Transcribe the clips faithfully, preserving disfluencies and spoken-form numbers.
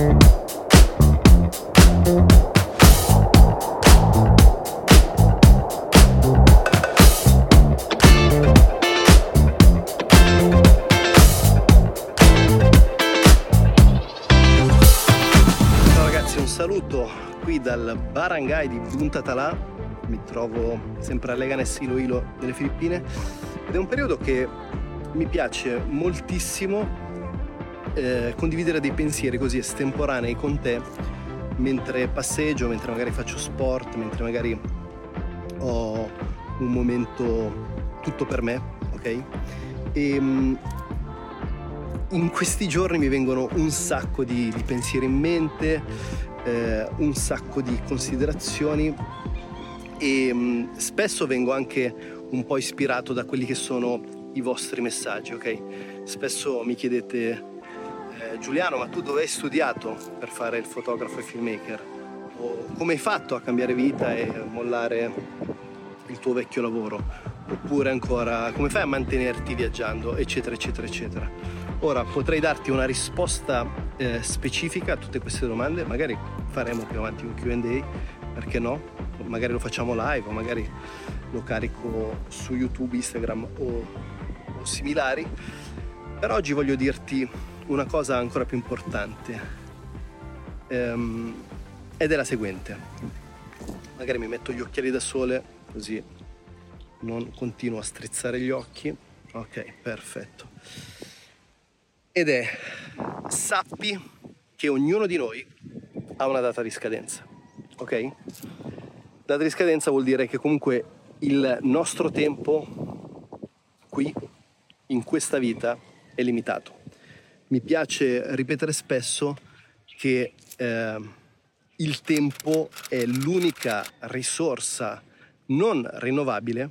Saluto qui dal barangay di Punta Tala, mi trovo sempre a Leganes, Iloilo, nelle Filippine, ed è un periodo che mi piace moltissimo eh, condividere dei pensieri così estemporanei con te mentre passeggio, mentre magari faccio sport, mentre magari ho un momento tutto per me, ok? E in questi giorni mi vengono un sacco di, di pensieri in mente, Eh, un sacco di considerazioni e mh, spesso vengo anche un po' ispirato da quelli che sono i vostri messaggi, ok? Spesso mi chiedete eh, Giuliano, ma tu dove hai studiato per fare il fotografo e filmmaker? O come hai fatto a cambiare vita e mollare il tuo vecchio lavoro? Oppure ancora come fai a mantenerti viaggiando, eccetera eccetera eccetera. Ora potrei darti una risposta eh, specifica a tutte queste domande, magari faremo più avanti un Q and A, perché no? Magari lo facciamo live o magari lo carico su YouTube, Instagram o, o similari. Per oggi voglio dirti una cosa ancora più importante ehm, ed è la seguente. Magari mi metto gli occhiali da sole così non continuo a strizzare gli occhi. Ok, perfetto. Ed è, sappi che ognuno di noi ha una data di scadenza, ok? Data di scadenza vuol dire che comunque il nostro tempo qui, in questa vita, è limitato. Mi piace ripetere spesso che eh, il tempo è l'unica risorsa non rinnovabile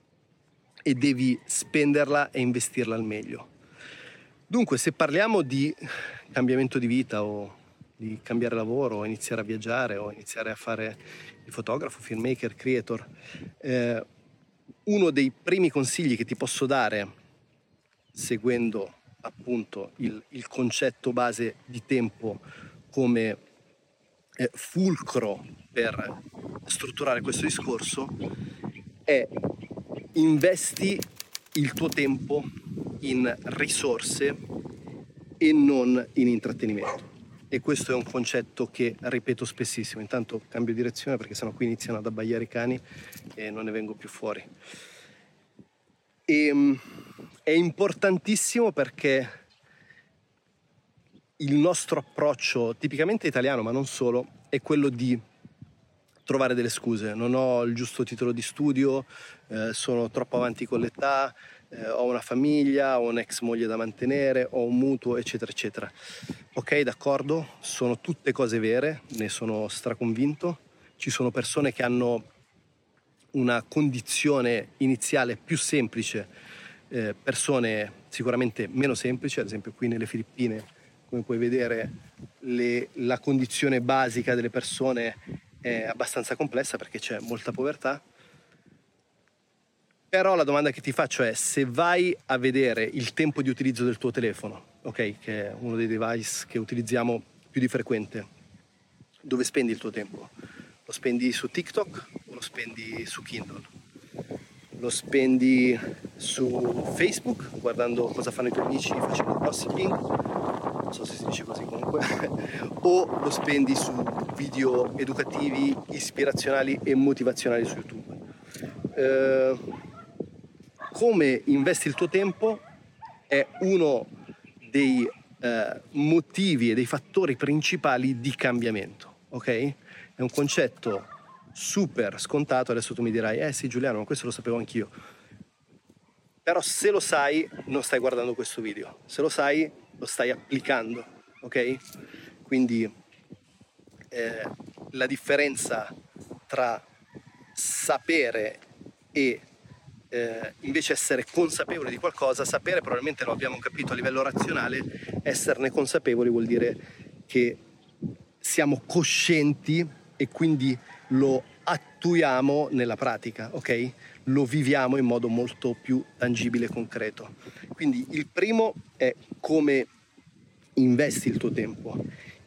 e devi spenderla e investirla al meglio. Dunque, se parliamo di cambiamento di vita o di cambiare lavoro o iniziare a viaggiare o iniziare a fare il fotografo, filmmaker, creator, eh, uno dei primi consigli che ti posso dare, seguendo appunto il, il concetto base di tempo come eh, fulcro per strutturare questo discorso, è investi il tuo tempo in risorse e non in intrattenimento. E questo è un concetto che ripeto spessissimo. Intanto cambio direzione perché sennò qui iniziano ad abbaiare i cani e non ne vengo più fuori. E, è importantissimo perché il nostro approccio tipicamente italiano, ma non solo, è quello di trovare delle scuse. Non ho il giusto titolo di studio, eh, sono troppo avanti con l'età, eh, ho una famiglia, ho un'ex moglie da mantenere, ho un mutuo, eccetera eccetera. Ok, d'accordo, sono tutte cose vere, ne sono straconvinto. Ci sono persone che hanno una condizione iniziale più semplice, eh, persone sicuramente meno semplici. Ad esempio qui nelle Filippine, come puoi vedere, le, la condizione basica delle persone è abbastanza complessa perché c'è molta povertà. Però la domanda che ti faccio è: se vai a vedere il tempo di utilizzo del tuo telefono, ok, che è uno dei device che utilizziamo più di frequente, dove spendi il tuo tempo? Lo spendi su TikTok o lo spendi su Kindle? Lo spendi su Facebook guardando cosa fanno i tuoi amici facendo gossiping, non so se si dice così comunque, o lo spendi su video educativi, ispirazionali e motivazionali su YouTube? Eh, come investi il tuo tempo è uno dei eh, motivi e dei fattori principali di cambiamento, ok? È un concetto super scontato. Adesso tu mi dirai, eh sì Giuliano, ma questo lo sapevo anch'io. Però se lo sai, non stai guardando questo video. Se lo sai, lo stai applicando, ok? Quindi eh, la differenza tra sapere e eh, invece essere consapevoli di qualcosa, sapere probabilmente lo abbiamo capito a livello razionale, esserne consapevoli vuol dire che siamo coscienti e quindi lo attuiamo nella pratica, ok? Lo viviamo in modo molto più tangibile e concreto. Quindi il primo è come investi il tuo tempo.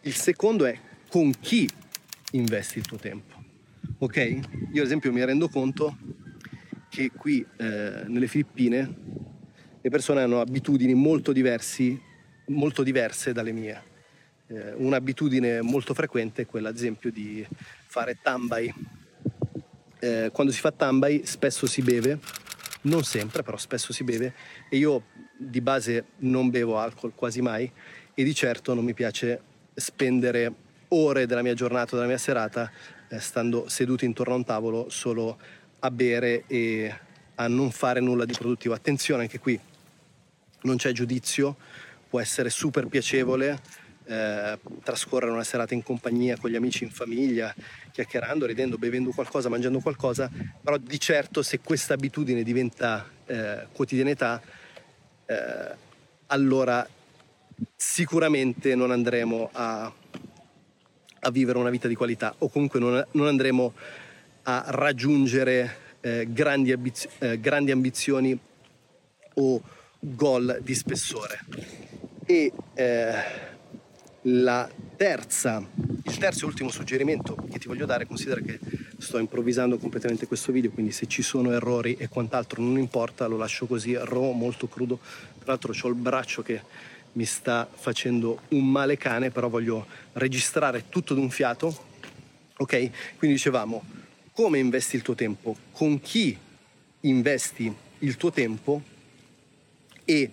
Il secondo è con chi investi il tuo tempo. Ok? Io ad esempio mi rendo conto che qui eh, nelle Filippine le persone hanno abitudini molto diversi, molto diverse dalle mie. Eh, un'abitudine molto frequente è quella ad esempio di fare tambay. Eh, quando si fa tambay spesso si beve, non sempre però spesso si beve, e io di base non bevo alcol quasi mai, e di certo non mi piace spendere ore della mia giornata o della mia serata eh, stando seduti intorno a un tavolo solo a bere e a non fare nulla di produttivo. Attenzione, anche qui non c'è giudizio, può essere super piacevole eh, trascorrere una serata in compagnia con gli amici, in famiglia, chiacchierando, ridendo, bevendo qualcosa, mangiando qualcosa, però di certo se questa abitudine diventa eh, quotidianità, eh, allora sicuramente non andremo a, a vivere una vita di qualità, o comunque non, non andremo a raggiungere eh, grandi, ambiz- eh, grandi ambizioni o goal di spessore. E eh, la terza, il terzo e ultimo suggerimento che ti voglio dare, considera che sto improvvisando completamente questo video, quindi se ci sono errori e quant'altro non importa, lo lascio così raw, molto crudo. Tra l'altro ho il braccio che mi sta facendo un male cane, però voglio registrare tutto d'un fiato. Ok? Quindi dicevamo, come investi il tuo tempo, con chi investi il tuo tempo, e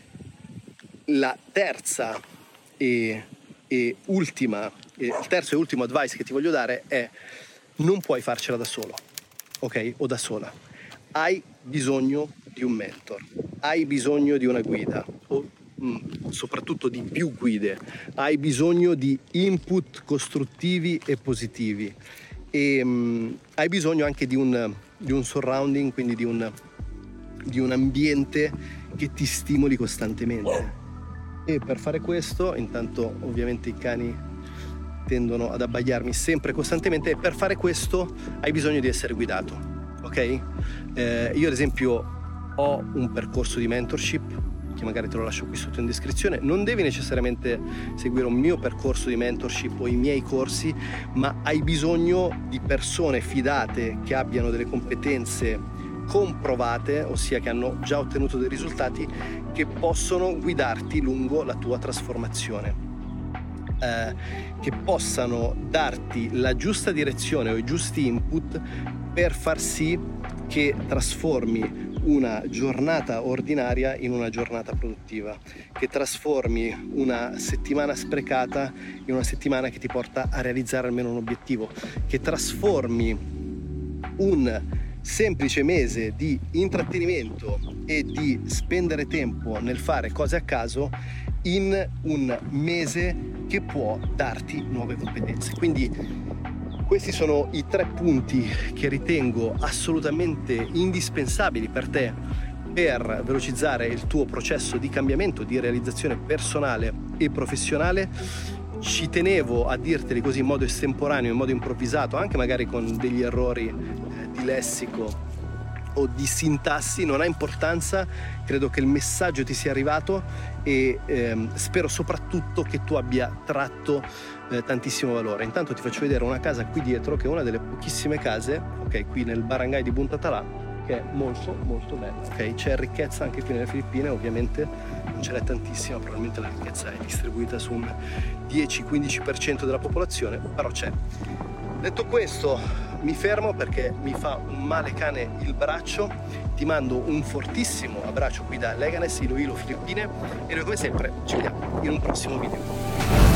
la terza e, e ultima, e il terzo e ultimo advice che ti voglio dare è: non puoi farcela da solo, ok? O da sola. Hai bisogno di un mentor, hai bisogno di una guida, o soprattutto di più guide, hai bisogno di input costruttivi e positivi, e um, hai bisogno anche di un, di un surrounding, quindi di un, di un ambiente che ti stimoli costantemente. E per fare questo, intanto ovviamente i cani tendono ad abbaiarmi sempre costantemente, e per fare questo hai bisogno di essere guidato, ok? Eh, io ad esempio ho un percorso di mentorship che magari te lo lascio qui sotto in descrizione. Non devi necessariamente seguire un mio percorso di mentorship o i miei corsi, ma hai bisogno di persone fidate che abbiano delle competenze comprovate, ossia che hanno già ottenuto dei risultati, che possono guidarti lungo la tua trasformazione, eh, che possano darti la giusta direzione o i giusti input per far sì che trasformi una giornata ordinaria in una giornata produttiva, che trasformi una settimana sprecata in una settimana che ti porta a realizzare almeno un obiettivo, che trasformi un semplice mese di intrattenimento e di spendere tempo nel fare cose a caso in un mese che può darti nuove competenze. Quindi questi sono i tre punti che ritengo assolutamente indispensabili per te per velocizzare il tuo processo di cambiamento, di realizzazione personale e professionale. Ci tenevo a dirteli così in modo estemporaneo, in modo improvvisato, anche magari con degli errori eh, di lessico o di sintassi, non ha importanza. Credo che il messaggio ti sia arrivato e ehm, spero soprattutto che tu abbia tratto eh, tantissimo valore. Intanto ti faccio vedere una casa qui dietro, che è una delle pochissime case, ok, qui nel barangay di Buntatalà, che è molto molto bella, ok? C'è ricchezza anche qui nelle Filippine, ovviamente non ce n'è tantissima, probabilmente la ricchezza è distribuita su un dieci quindici per cento della popolazione, però c'è. Detto questo, mi fermo perché mi fa un male cane il braccio. Ti mando un fortissimo abbraccio qui da Leganes, Iloilo, Filippine, e noi come sempre ci vediamo in un prossimo video.